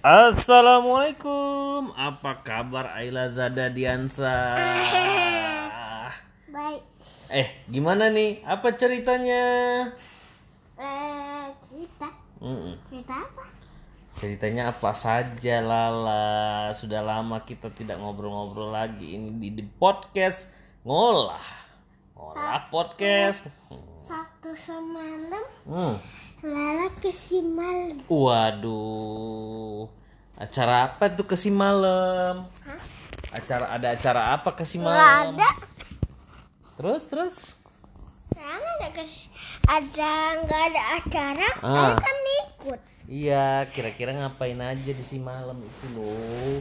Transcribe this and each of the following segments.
Assalamualaikum, apa kabar Ayla Zada Diansa? Baik. Gimana nih? Apa ceritanya? Cerita. Cerita apa? Ceritanya apa saja Lala? Sudah lama kita tidak ngobrol-ngobrol lagi. Ini di podcast ngolah podcast. Sabtu semalam Hmm. Lala kasih malam. Waduh, acara apa tuh kasih malam? Hah? Ada acara apa kasih Nggak malam? ada. Terus? Nggak ada acara. Ah. Saya kan ikut. Iya, kira-kira ngapain aja di si malam itu loh?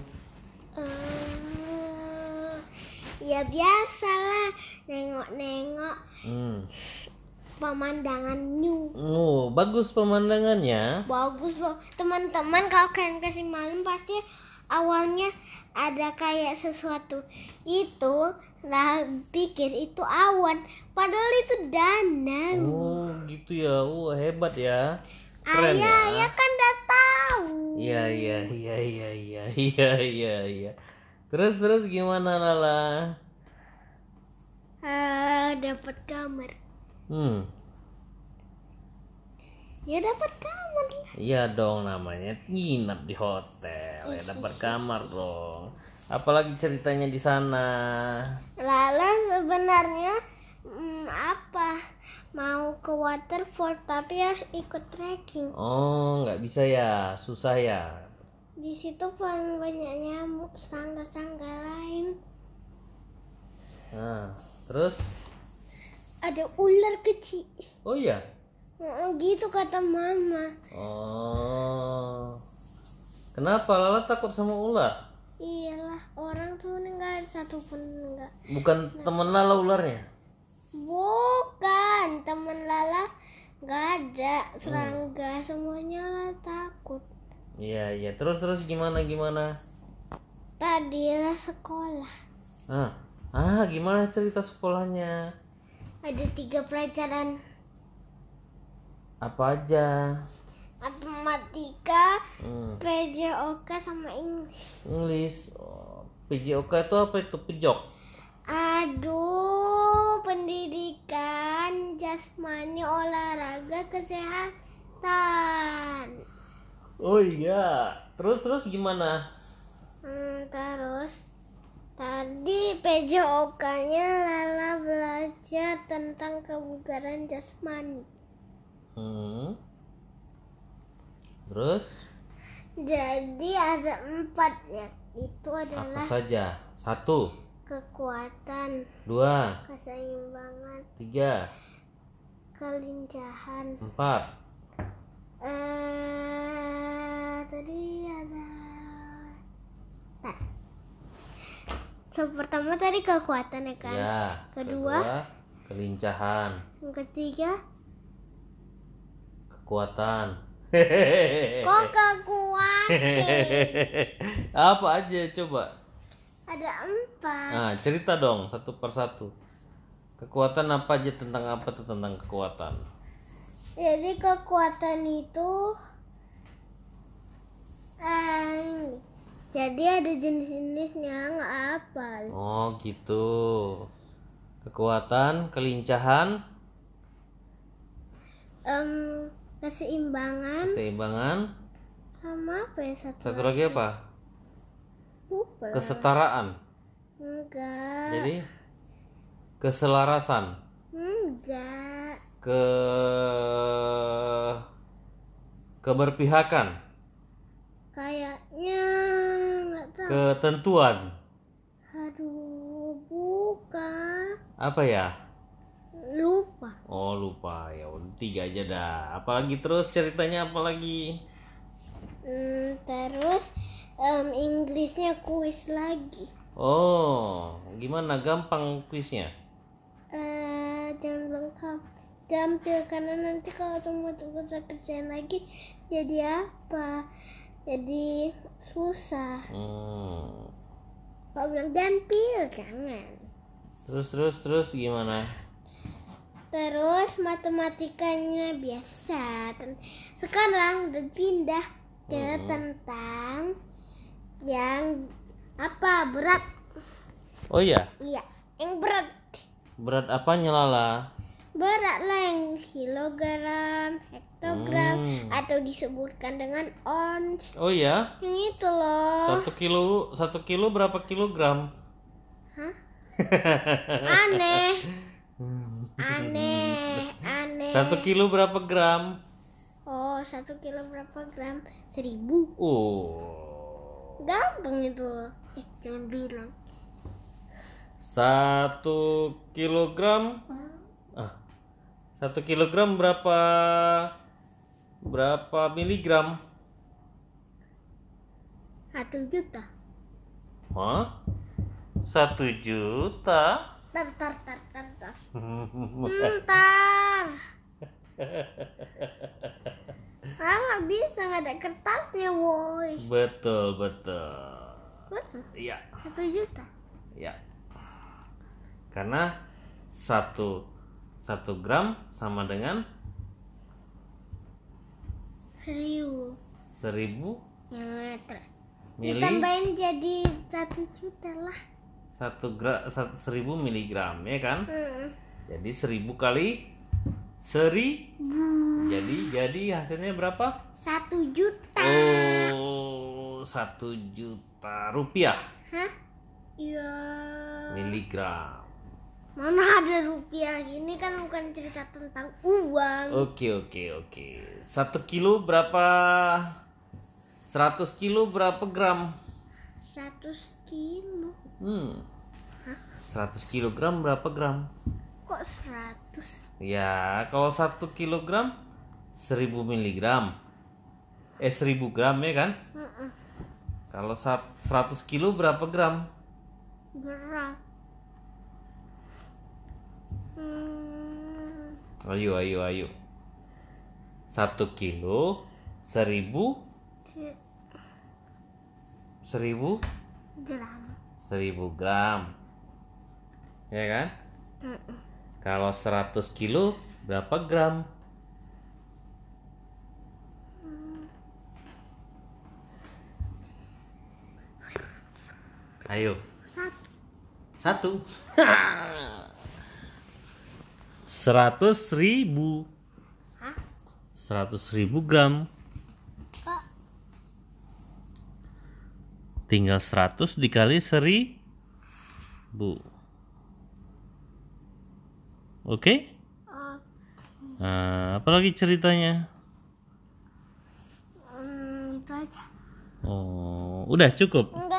Ya biasalah nengok-nengok pemandangan new. Oh, bagus pemandangannya. Bagus loh teman-teman, kalau kalian kasih malam pasti awalnya ada kayak sesuatu itu lah pikir itu awan, padahal itu danau. Oh, gitu ya. Hebat ya. Keren ya. Ayah kan udah tahu. Iya. Terus gimana Lala? Dapat kamar. Ya dapat kamar lah. Iya dong, namanya nginap di hotel. Ya dapat kamar dong. Apalagi ceritanya di sana? Lala sebenarnya mau ke waterfall tapi harus ikut trekking. Oh, nggak bisa ya, susah ya. Di situ paling banyak nyamuk, serangga-serangga lain. Nah, terus? Ada ular kecil. Oh iya. Gitu kata mama. Oh, kenapa Lala takut sama ular? Iyalah, orang tuh nggak ada satupun enggak. Bukan temen Lala ularnya? Bukan, teman Lala nggak ada serangga, semuanya Lala takut. Iya. Terus gimana? Tadi lah sekolah. Gimana cerita sekolahnya? Ada 3 pelajaran. Apa aja? Matematika, PJOK sama English. English. PJOK itu apa itu? Pejok. Aduh, pendidikan, jasmani, olahraga, kesehatan. Oh iya. Terus gimana? Terus tadi PJOK-nya Lala belajar tentang kebugaran jasmani. Terus? Jadi ada 4 ya. Itu Apa adalah saja? 1, kekuatan, 2, keseimbangan, 3, kelincahan. 4. Tadi ada. Pertama tadi kekuatan ya kan? Ya. Kedua, kelincahan. yang ketiga, Kekuatan. kok kekuatan? Apa aja coba? Ada 4. Cerita dong satu persatu. Kekuatan apa aja, tentang apa tuh tentang kekuatan? Jadi kekuatan itu jadi ada jenis-jenisnya, nggak hafal. Oh gitu. Kekuatan, kelincahan, Keseimbangan, sama apa ya satu lagi apa? Lupa. Kesetaraan. Enggak. Jadi keselarasan. Enggak. Keberpihakan. Kayaknya nggak tahu. Ketentuan. Aduh, bukan. Apa ya? Lupa. Oh lupa, ya udah 3 aja dah. Apalagi terus ceritanya apalagi? Terus Inggrisnya kuis lagi. Oh, gimana, gampang kuisnya? Jangan lengkap, tampil, karena nanti kalau semua tugas kerjaan lagi jadi apa? Jadi susah. Kalau bilang tampil jangan. Terus gimana? Terus matematikanya biasa. Sekarang udah pindah tentang yang apa berat. Oh iya, Iya, yang berat. berat apanya Lala? Berat lah yang kilogram, hektogram, atau disebutkan dengan ons. Oh iya, Yang itu loh. 1 kilo berapa kilogram? Hah? Aneh. Aneh. 1 kilo berapa gram? Oh, 1 kilo berapa gram? 1000. Oh, Gampang itu. Jangan bilang. 1 kilogram. 1 kilogram berapa miligram? 1 juta. Hah? 1 juta? Tar. Ntar. Nggak bisa, nggak ada kertasnya, woi. Betul. Betul. Iya. 1 juta. Ya. Karena 1 gram sama dengan 1000 1000 mili. ditambahin jadi 1 juta lah. 1000 miligram ya kan? Jadi 1000 kali 1000. Jadi hasilnya berapa? 1 juta. Oh, 1 juta rupiah. Hah? Iya. Miligram. Mana ada rupiah, ini kan bukan cerita tentang uang. Oke. 1 kilo berapa? 100 kilo berapa gram? 100 kilo. 100 kilogram berapa gram? Kok 100? Ya, kalau 1 kilogram 1000 miligram. 1000 gram ya kan? Kalau 100 kilo berapa gram? Berat. Ayo. 1 kilo 1000 gram. 1000 gram. Ya kan? Kalau 100 kilo berapa gram? Ayo. 1. 100.000. Hah? 100.000 gram. Kok? Tinggal 100 dikali 1000. Oke? Nah, apa lagi ceritanya? Itu aja. Oh, udah cukup. Enggak.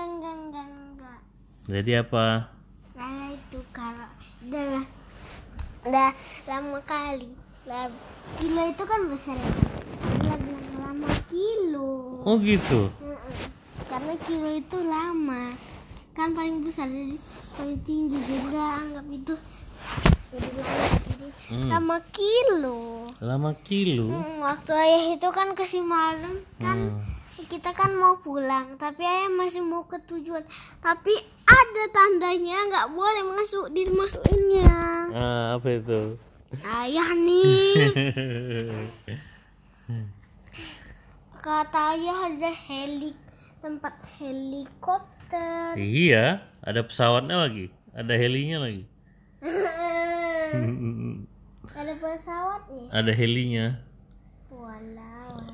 Jadi apa? Nah itu kalau udah lama kali. Kilo itu kan besar. Dia bilang lama kilo. Oh gitu. Karena kilo itu lama. Kan paling besar, jadi paling tinggi juga, anggap itu. Jadi lama kilo. Lama kilo. Waktu ayah itu kan kasih malam kan. Kita kan mau pulang, tapi ayah masih mau ke tujuan. Tapi ada tandanya nggak boleh dimasukinnya. Apa itu? Ayah nih. Kata ayah ada tempat helikopter. Iya, ada pesawatnya lagi, ada helinya lagi. Ada pesawatnya. Ada helinya. Walau.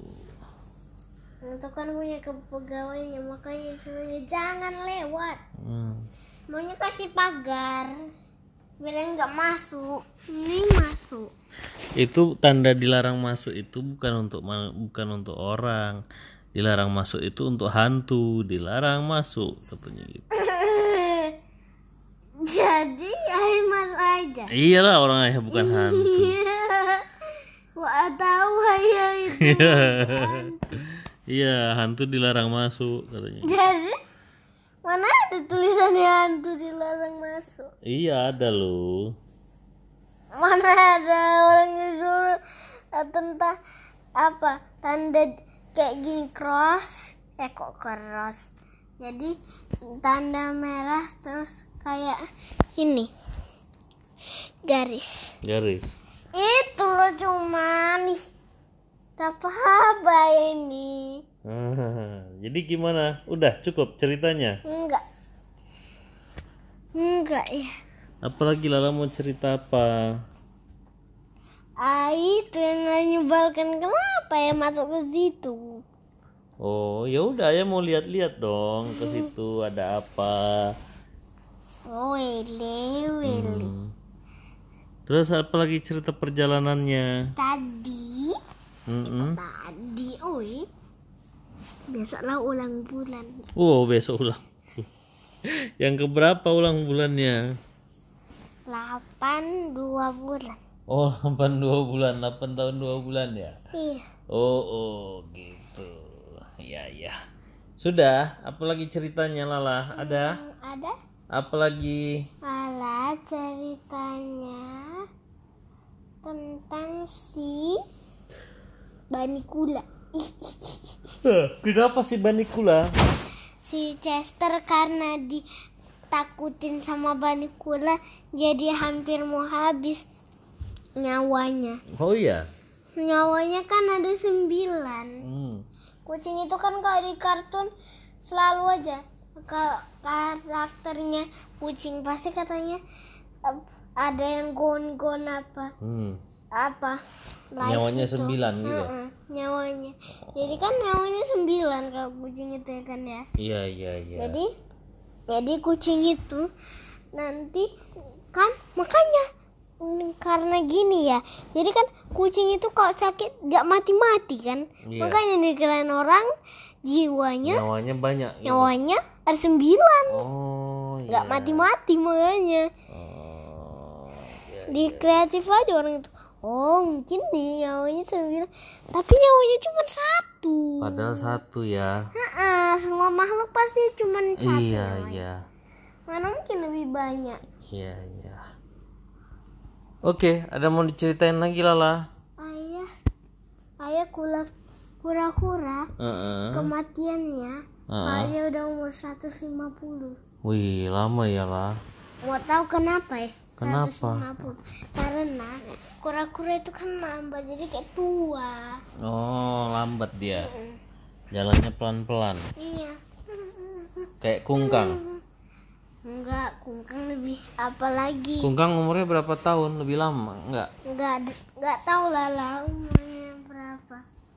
Itu kan punya kepegawaiannya, makanya suruhnya jangan lewat. Maunya kasih pagar biar nggak masuk. Ini masuk. Itu tanda dilarang masuk itu bukan untuk orang. Dilarang masuk itu untuk hantu. Dilarang masuk katanya gitu. Jadi ayah masuk aja. Iyalah, orang ayah bukan hantu. Wah, tahu ayah itu. Iya, hantu dilarang masuk katanya. Jadi mana ada tulisannya hantu dilarang masuk? Iya, ada loh. Mana ada orang yang suruh tentang apa tanda kayak gini cross. Kok cross? Jadi tanda merah terus kayak ini garis. Garis. Itu loh, cuma nih Tak apa ini. Jadi gimana? Udah cukup ceritanya? Enggak ya. Apalagi Lala mau cerita apa? Itu yang menyebalkan, kenapa ya masuk ke situ? Oh, ya udah ya mau lihat-lihat dong ke situ ada apa. Oh, wele. Terus apa lagi cerita perjalanannya? Tadi, Mm-mm. besoklah ulang bulan. Oh, besok ulang. Yang keberapa ulang bulannya? 8 2 bulan. Oh, 8 2 bulan, 8 tahun 2 bulan ya? Iya. Oh, gitu. Ya. Sudah, apalagi ceritanya Lala? Ada? Ada? Apalagi? Malah ceritanya tentang si Banikula. Kenapa sih Banikula? Si Chester karena ditakutin sama Banikula jadi hampir mau habis nyawanya. Oh iya. Nyawanya kan ada 9. Kucing itu kan kalau di kartun selalu aja karakternya kucing pasti katanya ada yang gon apa Nyawanya 9 gitu. Nyawanya. Jadi kan nyawanya 9 kalau kucing itu ya kan ya. Iya. Jadi kucing itu nanti kan makanya karena gini ya. Jadi kan kucing itu kalau sakit gak mati-mati kan. Iya. Makanya dikirain orang Nyawanya banyak. Gitu. nyawanya ada 9. Oh, iya. Gak mati-mati makanya. Oh, iya. Di kreatif aja orang itu. Oh mungkin nih nyawanya 9. Tapi nyawanya cuma 1. Padahal 1 ya. Semua makhluk pasti cuma 1. Iya. Mana mungkin lebih banyak. Iya. Oke, ada mau diceritain lagi Lala? Ayah kura-kura kematiannya dia udah umur 150. Wih, lama ya lah. Mau tahu kenapa ya? Kenapa? 150. Karena kura-kura itu kan lambat jadi kayak tua. Oh, lambat dia. Jalannya pelan-pelan. Iya. Kayak kungkang. Enggak, kungkang lebih apalagi. Kungkang umurnya berapa tahun? Lebih lama? Enggak tahu lah umurnya berapa.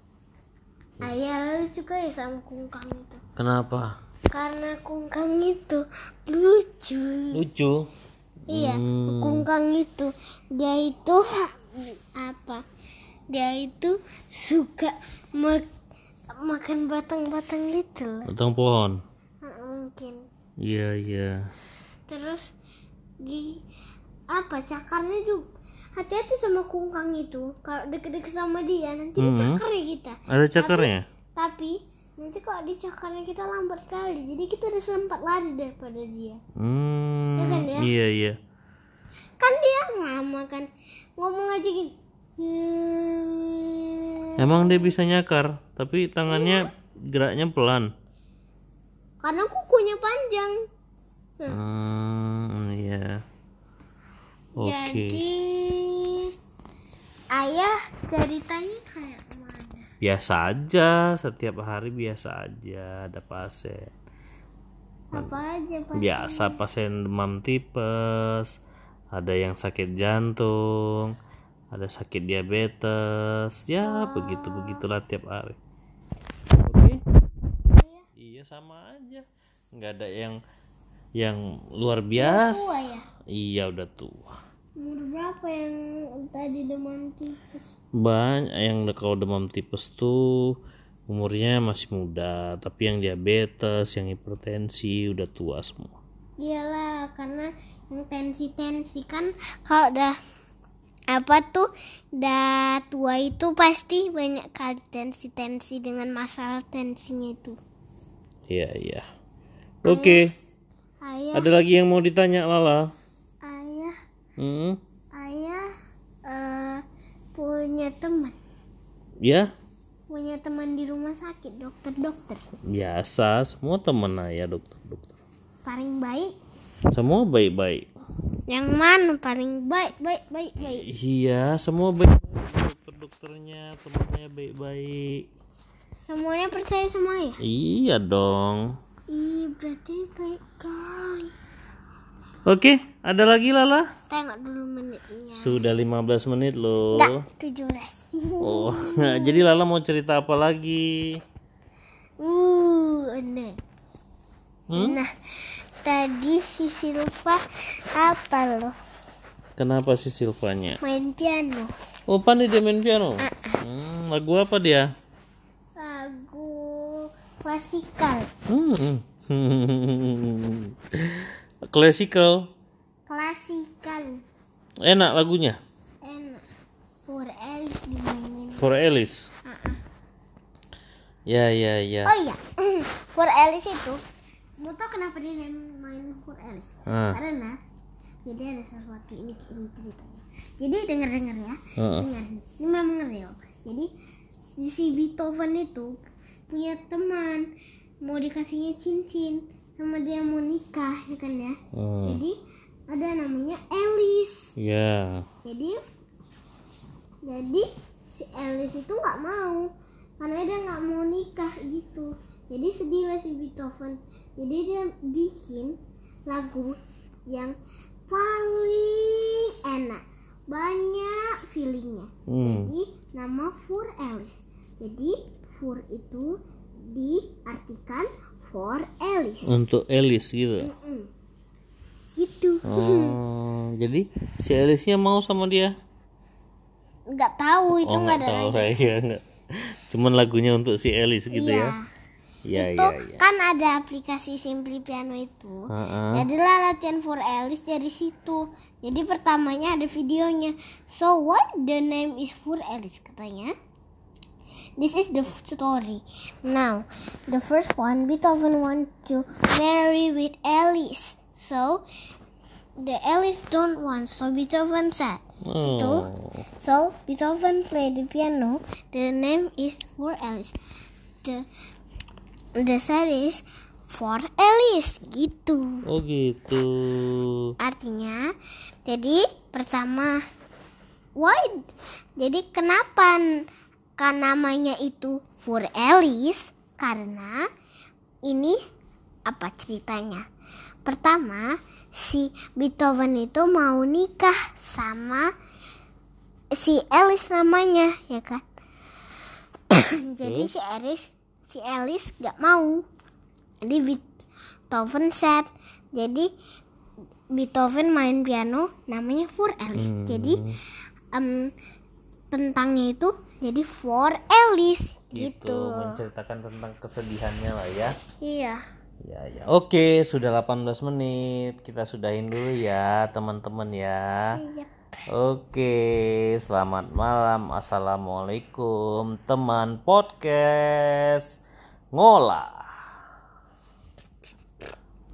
Ayah juga ya sama kungkang itu. Kenapa? Karena kungkang itu lucu. Lucu. Iya, kungkang itu dia itu apa? Dia itu suka makan batang-batang gitu. Batang pohon. Mungkin. Iya. Terus cakarnya juga. Hati-hati sama kungkang itu. Kalau deket-deket sama dia nanti dicakarnya kita. Ada cakarnya? Tapi nanti kalau dicakarnya kita lambat sekali. Jadi kita udah sempat lari daripada dia. Ya kan ya? Iya. Kan dia lama kan ngomong aja gitu. Emang dia bisa nyakar, tapi tangannya geraknya pelan. Karena kukunya panjang. Iya. Oke. Jadi ayah ceritanya kayak mana? Biasa aja, setiap hari biasa aja ada pasien. Apa aja pasien? Biasa pasien demam tipes, ada yang sakit jantung, ada sakit diabetes, ya begitulah tiap hari. Oke? Iya sama aja, nggak ada yang luar biasa. Tua ya? Iya udah tua. Umur berapa yang tadi demam tipes? Banyak yang kalau demam tipes tuh umurnya masih muda, tapi yang diabetes, yang hipertensi udah tua semua. Iyalah, karena yang tensi kan kalau udah udah tua itu pasti banyak kali tensi dengan masalah tensinya itu. Iya. Oke. Ayah. Ada lagi yang mau ditanya Lala? Ayah. Ayah punya teman. Ya? Punya teman di rumah sakit, dokter. Biasa, semua teman ayah dokter. Paling baik. Semua baik-baik. Yang mana paling baik? Iya, semua baik-baik dokter. karakternya, temannya baik-baik. Semuanya percaya sama ayah? Iya dong. Berarti baik kali. Oke, ada lagi Lala? Tengok dulu menitnya. Sudah 15 menit loh. Enggak, 17. Oh, nah, jadi Lala mau cerita apa lagi? Nah. Nah, tadi si Silva apa loh? Kenapa sih Silvanya? Main piano. Oh, pandai dia main piano. Lagu apa dia? Lagu klasikal. Classical. Klasikal. Enak lagunya. Enak. For Alice dimainin. For Alice. Ya. Oh iya. For Alice itu, mau tau kenapa dia main For Alice? Karena jadi ada sesuatu ini ceritanya. Jadi dengar ya. Dengar. Ini memang real. Jadi si Beethoven itu punya teman mau dikasihnya cincin sama dia mau nikah ya kan ya. Jadi ada namanya Alice. Ya. Jadi si Alice itu nggak mau karena dia nggak mau nikah gitu. Jadi sedih lah si Beethoven. Jadi dia bikin lagu yang paling enak, banyak feelingnya. Jadi nama For Alice. Jadi For itu diartikan for Alice. Untuk Alice gitu. Gitu. Oh, jadi si Alice-nya mau sama dia? Nggak tahu itu nggak ada tahu lagi. saya nggak. Cuman lagunya untuk si Alice gitu ya. Iya. Itu kan ada aplikasi Simply Piano itu. Jadilah latihan For Alice dari situ. Jadi pertamanya ada videonya. So why the name is For Alice katanya. This is the story. Now, the first one, Beethoven want to marry with Alice. So, the Alice don't want. So Beethoven said, So Beethoven played the piano. The name is For Alice. The set is For Alice. Gitu. Oh gitu. Artinya, jadi pertama, why? Jadi kenapa? Kan namanya itu For Alice karena ini apa ceritanya? Pertama, si Beethoven itu mau nikah sama si Alice namanya, ya kan? Jadi si Alice gak mau. Jadi Beethoven sad. Jadi Beethoven main piano namanya For Alice. Jadi tentangnya itu jadi For Alice gitu. Menceritakan tentang kesedihannya lah ya. Iya. Ya. Oke, sudah 18 menit. Kita sudahin dulu ya, teman-teman ya. Iya. Oke, selamat malam. Assalamualaikum, teman podcast Ngola.